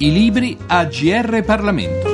I libri a GR Parlamento.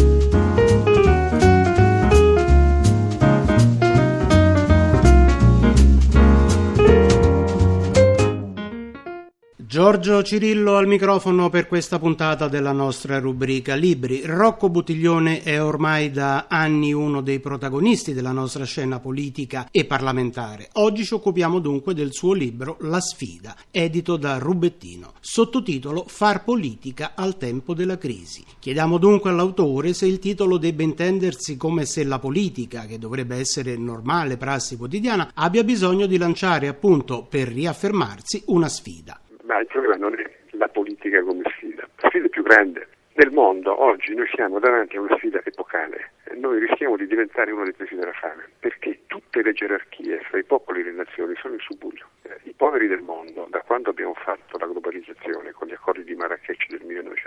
Giorgio Cirillo al microfono per questa puntata della nostra rubrica Libri. Rocco Buttiglione è ormai da anni uno dei protagonisti della nostra scena politica e parlamentare. Oggi ci occupiamo dunque del suo libro La sfida, edito da Rubettino, sottotitolo Far politica al tempo della crisi. Chiediamo dunque all'autore se il titolo debba intendersi come se la politica, che dovrebbe essere normale prassi quotidiana, abbia bisogno di lanciare appunto per riaffermarsi una sfida. Ma il problema non è la politica come sfida. La sfida più grande del mondo oggi, noi siamo davanti a una sfida epocale. Noi rischiamo di diventare uno dei paesi della fame, perché tutte le gerarchie fra i popoli e le nazioni sono in subbuglio. I poveri del mondo, da quando abbiamo fatto la globalizzazione con gli accordi di Marrakech del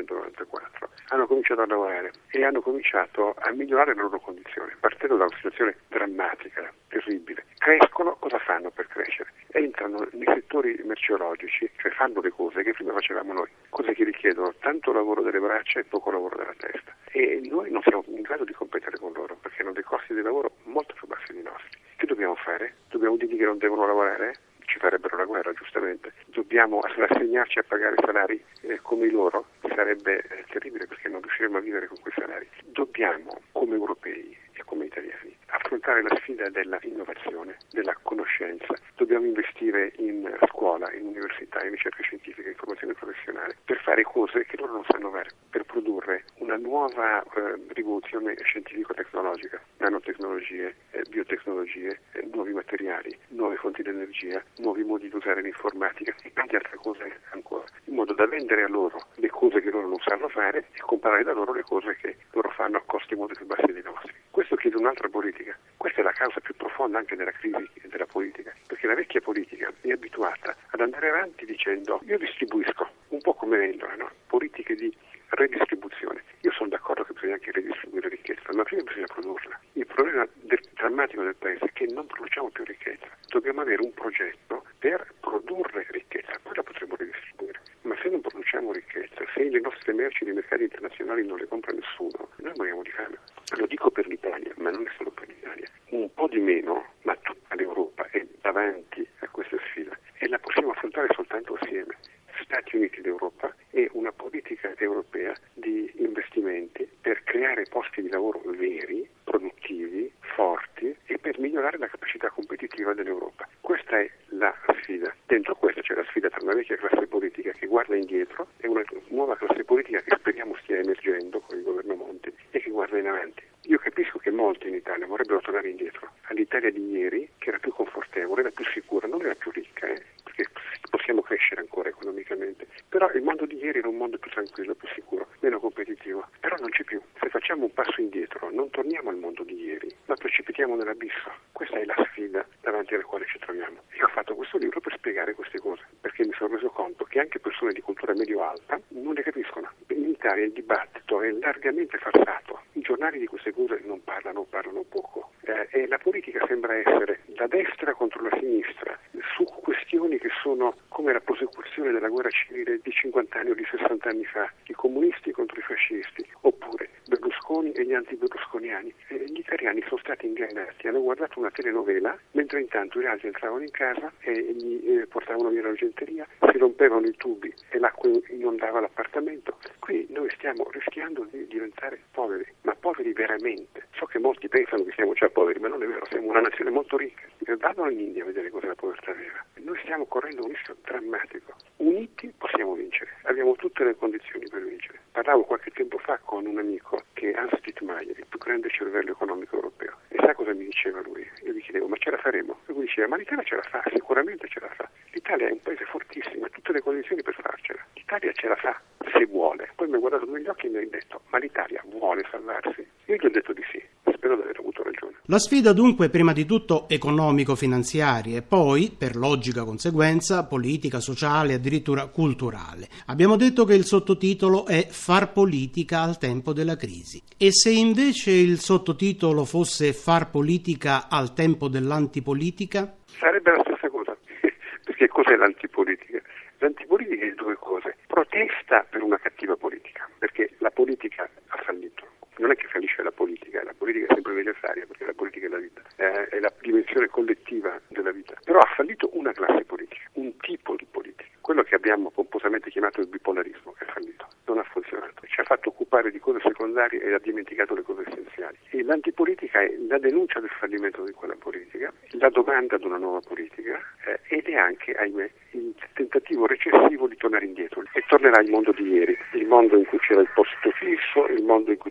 1994, hanno cominciato a lavorare e hanno cominciato a migliorare la loro condizione, partendo da una situazione drammatica, terribile. Crescono, cosa fanno per crescere? Entrano nei settori merceologici, cioè fanno le cose che prima facevamo noi, cose che richiedono tanto lavoro delle braccia e poco lavoro della testa. E noi non siamo in grado di competere con loro, perché hanno dei costi di lavoro molto più bassi dei nostri. Che dobbiamo fare? Dobbiamo dirgli che non devono lavorare? Ci farebbero la guerra, giustamente. Dobbiamo rassegnarci a pagare salari come i loro? Sarebbe terribile, perché non riusciremo a vivere con quei salari. Dobbiamo, come europei e come italiani, affrontare la sfida della innovazione, della conoscenza. Dobbiamo investire in scuola, in università, in ricerca scientifica, in formazione professionale, per fare cose che loro non sanno fare, per produrre una nuova rivoluzione scientifico-tecnologica, nanotecnologie, biotecnologie, nuovi materiali, nuove fonti di energia, nuovi modi di usare l'informatica e tante altre cose ancora, in modo da vendere a loro le cose che loro non sanno fare e comprare da loro le cose che loro fanno a costi molto più bassi dei nostri. Questo chiede un'altra politica. Questa è la causa più profonda anche della crisi della politica, perché la vecchia politica è abituata ad andare avanti dicendo io distribuisco, un po' come vendono, no? Politiche di redistribuzione. Io sono d'accordo che bisogna anche redistribuire ricchezza, ma prima bisogna produrla. Il problema drammatico del paese è che non produciamo più ricchezza. Dobbiamo avere un progetto per produrre ricchezza, poi la potremo redistribuire. Ma se non produciamo ricchezza, se le nostre merci nei mercati internazionali non le compra nessuno, noi moriamo di fame. Lo dico per l'Italia, ma non è solo per l'Italia. Un po' di meno, ma tutta l'Europa è davanti a questa sfida e la possiamo affrontare soltanto assieme. Stati Uniti d'Europa e una politica europea di investimenti per creare posti di lavoro veri, produttivi, forti e per migliorare la capacità competitiva dell'Europa. Questa è la sfida. Dentro questa c'è la sfida tra una vecchia classe politica che guarda indietro e una nuova classe politica che speriamo stia emergendo con il governo Monti e che guarda in avanti. Io capisco che molti in Italia vorrebbero tornare indietro all'Italia di ieri, che era più confortevole, era più sicura, non era più ricca, perché possiamo crescere ancora economicamente, però il mondo di ieri era un mondo più tranquillo, più sicuro, meno competitivo, però non c'è più. Se facciamo un passo indietro non torniamo al mondo di ieri, ma precipitiamo nell'abisso. Questa è la sfida davanti alla quale ci troviamo. Io ho fatto questo libro per spiegare queste cose, perché mi sono reso conto che anche persone di cultura medio-alta non le capiscono. In Italia il dibattito è largamente falsato, i giornali di queste cose non parlano poco, e la politica sembra essere la destra contro la sinistra su questioni che sono come la prosecuzione della guerra civile di 50 anni o di 60 anni fa, i comunisti contro i fascisti, oppure Berlusconi e gli anti-berlusconiani. Gli italiani sono stati ingannati, hanno guardato una telenovela, mentre intanto gli altri entravano in casa e gli portavano via l'argenteria, si rompevano i tubi e l'acqua inondava l'appartamento. Qui noi stiamo rischiando di diventare poveri, ma poveri veramente. So che molti pensano che siamo già poveri, ma non è vero, siamo una nazione molto ricca. Vadano in India a vedere cos'è la povertà vera. Noi stiamo correndo un rischio drammatico. Uniti possiamo vincere, abbiamo tutte le condizioni per vincere. Parlavo qualche tempo fa con un amico che è Hans Dittmeier, il più grande cervello economico europeo, e sa cosa mi diceva lui? Io gli chiedevo, ma ce la faremo? E lui diceva, ma l'Italia ce la fa, sicuramente ce la fa. L'Italia è un paese fortissimo, ha tutte le condizioni per farcela. L'Italia ce la fa, se vuole. Poi mi ha guardato negli occhi e mi ha detto, ma l'Italia vuole salvarsi? Io gli ho detto di sì, spero di aver avuto ragione. La sfida dunque prima di tutto economico-finanziaria e poi, per logica conseguenza, politica, sociale, addirittura culturale. Abbiamo detto che il sottotitolo è Far politica al tempo della crisi. E se invece il sottotitolo fosse Far politica al tempo dell'antipolitica? Sarebbe la stessa cosa, perché cos'è l'antipolitica? L'antipolitica è due cose, testa per una cattiva politica, perché la politica ha fallito. Non è che fallisce la politica è sempre necessaria, perché la politica è la vita, è la dimensione collettiva della vita. Però ha fallito una classe politica, un tipo di politica. Quello che abbiamo pomposamente chiamato il bipolarismo è fallito, non ha funzionato. Ci ha fatto occupare di cose secondarie e ha dimenticato le cose essenziali. E l'antipolitica è la denuncia del fallimento di quella politica, la domanda di una nuova politica ed è anche, ahimè, il tentativo recessivo di tornare indietro. E tornerà il mondo di ieri, il mondo in cui c'era il posto fisso, il mondo in cui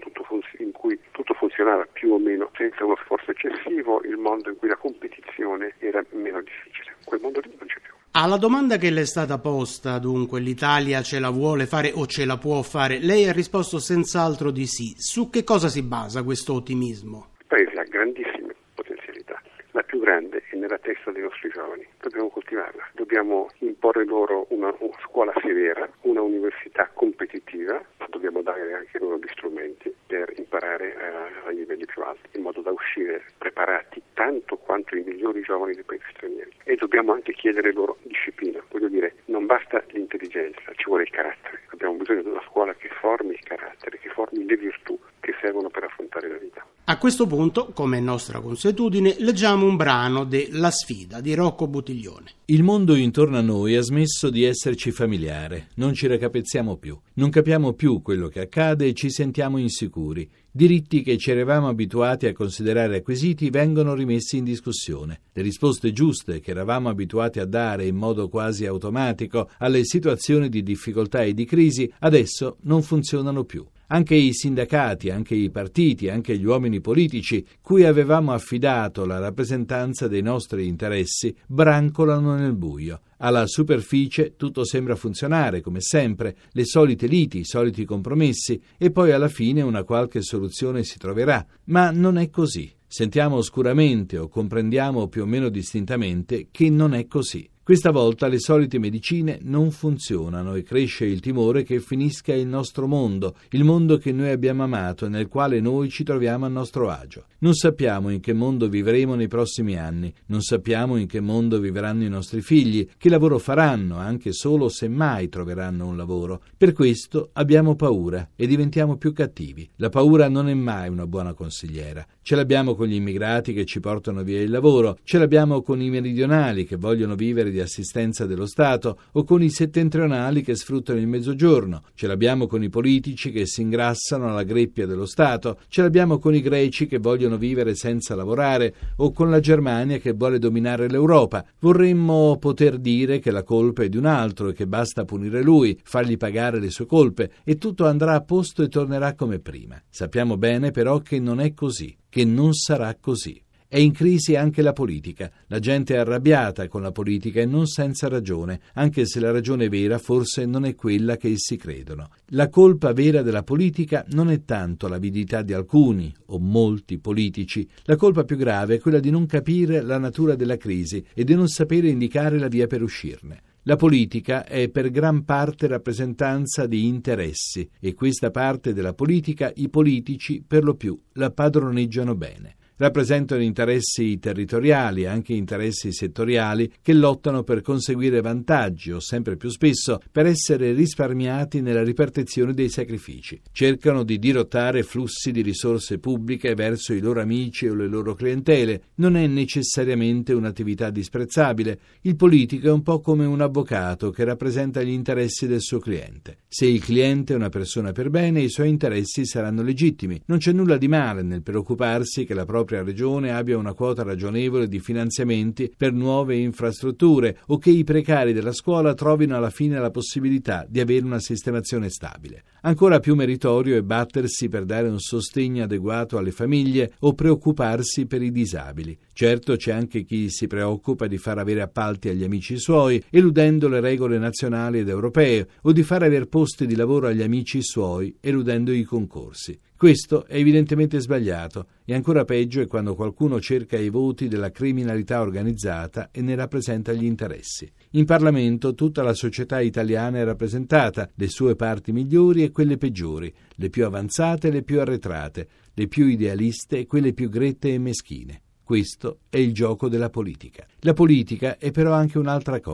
tutto funzionava più o meno senza uno sforzo eccessivo, il mondo in cui la competizione era meno difficile. Quel mondo lì non c'è più. Alla domanda che le è stata posta, dunque, l'Italia ce la vuole fare o ce la può fare, lei ha risposto senz'altro di sì. Su che cosa si basa questo ottimismo? Il Paese ha grandissime potenzialità. La più grande è nella testa dei nostri giovani. Dobbiamo coltivarla. Dobbiamo imporre loro una scuola severa, una università competitiva, ma dobbiamo dare anche loro gli strumenti per imparare ai livelli più alti, in modo da uscire preparati tanto quanto i migliori giovani dei paesi stranieri. E dobbiamo anche chiedere loro disciplina. Voglio dire, non basta l'intelligenza, ci vuole il carattere. Abbiamo bisogno di una scuola che formi il carattere, che formi le virtù che servono per affrontare la vita. A questo punto, come è nostra consuetudine, leggiamo un brano de La sfida di Rocco Buttiglione. Il mondo intorno a noi ha smesso di esserci familiare, non ci racapezziamo più, non capiamo più quello che accade e ci sentiamo insicuri. Diritti che ci eravamo abituati a considerare acquisiti vengono rimessi in discussione. Le risposte giuste che eravamo abituati a dare in modo quasi automatico alle situazioni di difficoltà e di crisi adesso non funzionano più. Anche i sindacati, anche i partiti, anche gli uomini politici, cui avevamo affidato la rappresentanza dei nostri interessi, brancolano nel buio. Alla superficie tutto sembra funzionare, come sempre, le solite liti, i soliti compromessi, e poi alla fine una qualche soluzione si troverà. Ma non è così. Sentiamo oscuramente o comprendiamo più o meno distintamente che non è così. Questa volta le solite medicine non funzionano e cresce il timore che finisca il nostro mondo, il mondo che noi abbiamo amato e nel quale noi ci troviamo a nostro agio. Non sappiamo in che mondo vivremo nei prossimi anni, non sappiamo in che mondo vivranno i nostri figli, che lavoro faranno, anche solo se mai troveranno un lavoro. Per questo abbiamo paura e diventiamo più cattivi. La paura non è mai una buona consigliera. Ce l'abbiamo con gli immigrati che ci portano via il lavoro, ce l'abbiamo con i meridionali che vogliono vivere di assistenza dello Stato o con i settentrionali che sfruttano il mezzogiorno, ce l'abbiamo con i politici che si ingrassano alla greppia dello Stato, ce l'abbiamo con i greci che vogliono vivere senza lavorare o con la Germania che vuole dominare l'Europa. Vorremmo poter dire che la colpa è di un altro e che basta punire lui, fargli pagare le sue colpe e tutto andrà a posto e tornerà come prima. Sappiamo bene però che non è così, che non sarà così. È in crisi anche la politica. La gente è arrabbiata con la politica e non senza ragione, anche se la ragione vera forse non è quella che essi credono. La colpa vera della politica non è tanto l'avidità di alcuni o molti politici. La colpa più grave è quella di non capire la natura della crisi e di non sapere indicare la via per uscirne. La politica è per gran parte rappresentanza di interessi e questa parte della politica i politici per lo più la padroneggiano bene. Rappresentano interessi territoriali, anche interessi settoriali, che lottano per conseguire vantaggi o sempre più spesso per essere risparmiati nella ripartizione dei sacrifici. Cercano di dirottare flussi di risorse pubbliche verso i loro amici o le loro clientele. Non è necessariamente un'attività disprezzabile. Il politico è un po' come un avvocato che rappresenta gli interessi del suo cliente. Se il cliente è una persona per bene, i suoi interessi saranno legittimi. Non c'è nulla di male nel preoccuparsi che la propria regione abbia una quota ragionevole di finanziamenti per nuove infrastrutture o che i precari della scuola trovino alla fine la possibilità di avere una sistemazione stabile. Ancora più meritorio è battersi per dare un sostegno adeguato alle famiglie o preoccuparsi per i disabili. Certo, c'è anche chi si preoccupa di far avere appalti agli amici suoi, eludendo le regole nazionali ed europee, o di far aver posti di lavoro agli amici suoi, eludendo i concorsi. Questo è evidentemente sbagliato e ancora peggio è quando qualcuno cerca i voti della criminalità organizzata e ne rappresenta gli interessi. In Parlamento tutta la società italiana è rappresentata, le sue parti migliori e quelle peggiori, le più avanzate e le più arretrate, le più idealiste e quelle più grette e meschine. Questo è il gioco della politica. La politica è però anche un'altra cosa.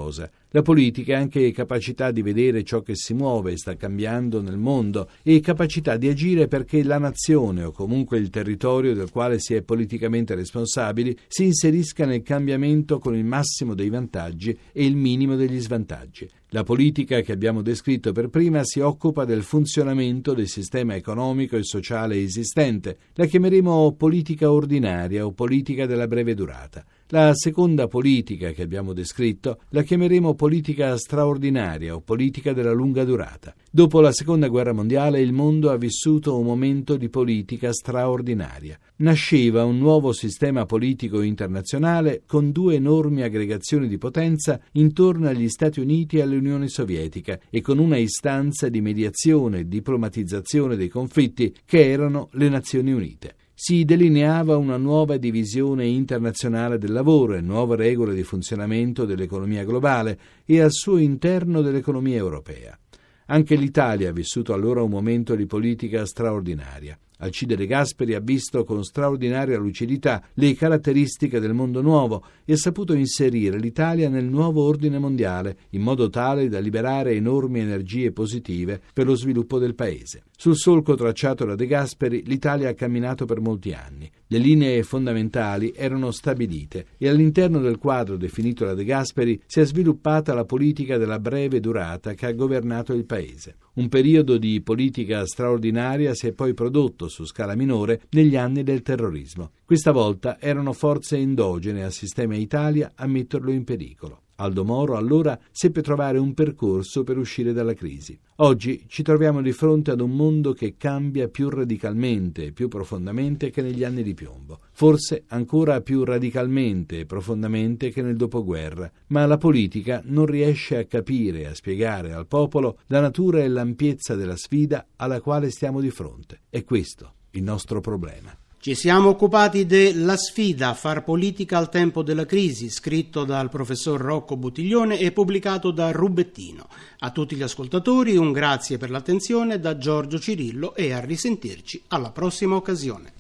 La politica è anche capacità di vedere ciò che si muove e sta cambiando nel mondo e capacità di agire perché la nazione o comunque il territorio del quale si è politicamente responsabili si inserisca nel cambiamento con il massimo dei vantaggi e il minimo degli svantaggi. La politica che abbiamo descritto per prima si occupa del funzionamento del sistema economico e sociale esistente. La chiameremo politica ordinaria o politica della breve durata. La seconda politica che abbiamo descritto la chiameremo politica straordinaria o politica della lunga durata. Dopo la Seconda Guerra Mondiale il mondo ha vissuto un momento di politica straordinaria. Nasceva un nuovo sistema politico internazionale con due enormi aggregazioni di potenza intorno agli Stati Uniti e all'Unione Sovietica e con una istanza di mediazione e diplomatizzazione dei conflitti che erano le Nazioni Unite. Si delineava una nuova divisione internazionale del lavoro e nuove regole di funzionamento dell'economia globale e al suo interno dell'economia europea. Anche l'Italia ha vissuto allora un momento di politica straordinaria. Alcide De Gasperi ha visto con straordinaria lucidità le caratteristiche del mondo nuovo e ha saputo inserire l'Italia nel nuovo ordine mondiale in modo tale da liberare enormi energie positive per lo sviluppo del Paese. Sul solco tracciato da De Gasperi l'Italia ha camminato per molti anni. Le linee fondamentali erano stabilite e all'interno del quadro definito da De Gasperi si è sviluppata la politica della breve durata che ha governato il Paese. Un periodo di politica straordinaria si è poi prodotto su scala minore negli anni del terrorismo. Questa volta erano forze endogene al sistema Italia a metterlo in pericolo. Aldo Moro allora seppe trovare un percorso per uscire dalla crisi. Oggi ci troviamo di fronte ad un mondo che cambia più radicalmente e più profondamente che negli anni di piombo, forse ancora più radicalmente e profondamente che nel dopoguerra, ma la politica non riesce a capire e a spiegare al popolo la natura e l'ampiezza della sfida alla quale stiamo di fronte. È questo il nostro problema. Ci siamo occupati della sfida Far politica al tempo della crisi, scritto dal professor Rocco Buttiglione e pubblicato da Rubettino. A tutti gli ascoltatori un grazie per l'attenzione da Giorgio Cirillo e a risentirci alla prossima occasione.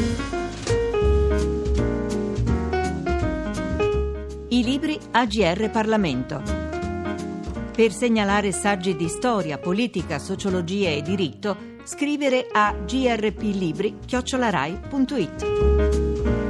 I libri AGR Parlamento. Per segnalare saggi di storia, politica, sociologia e diritto, scrivere a grplibri@rai.it.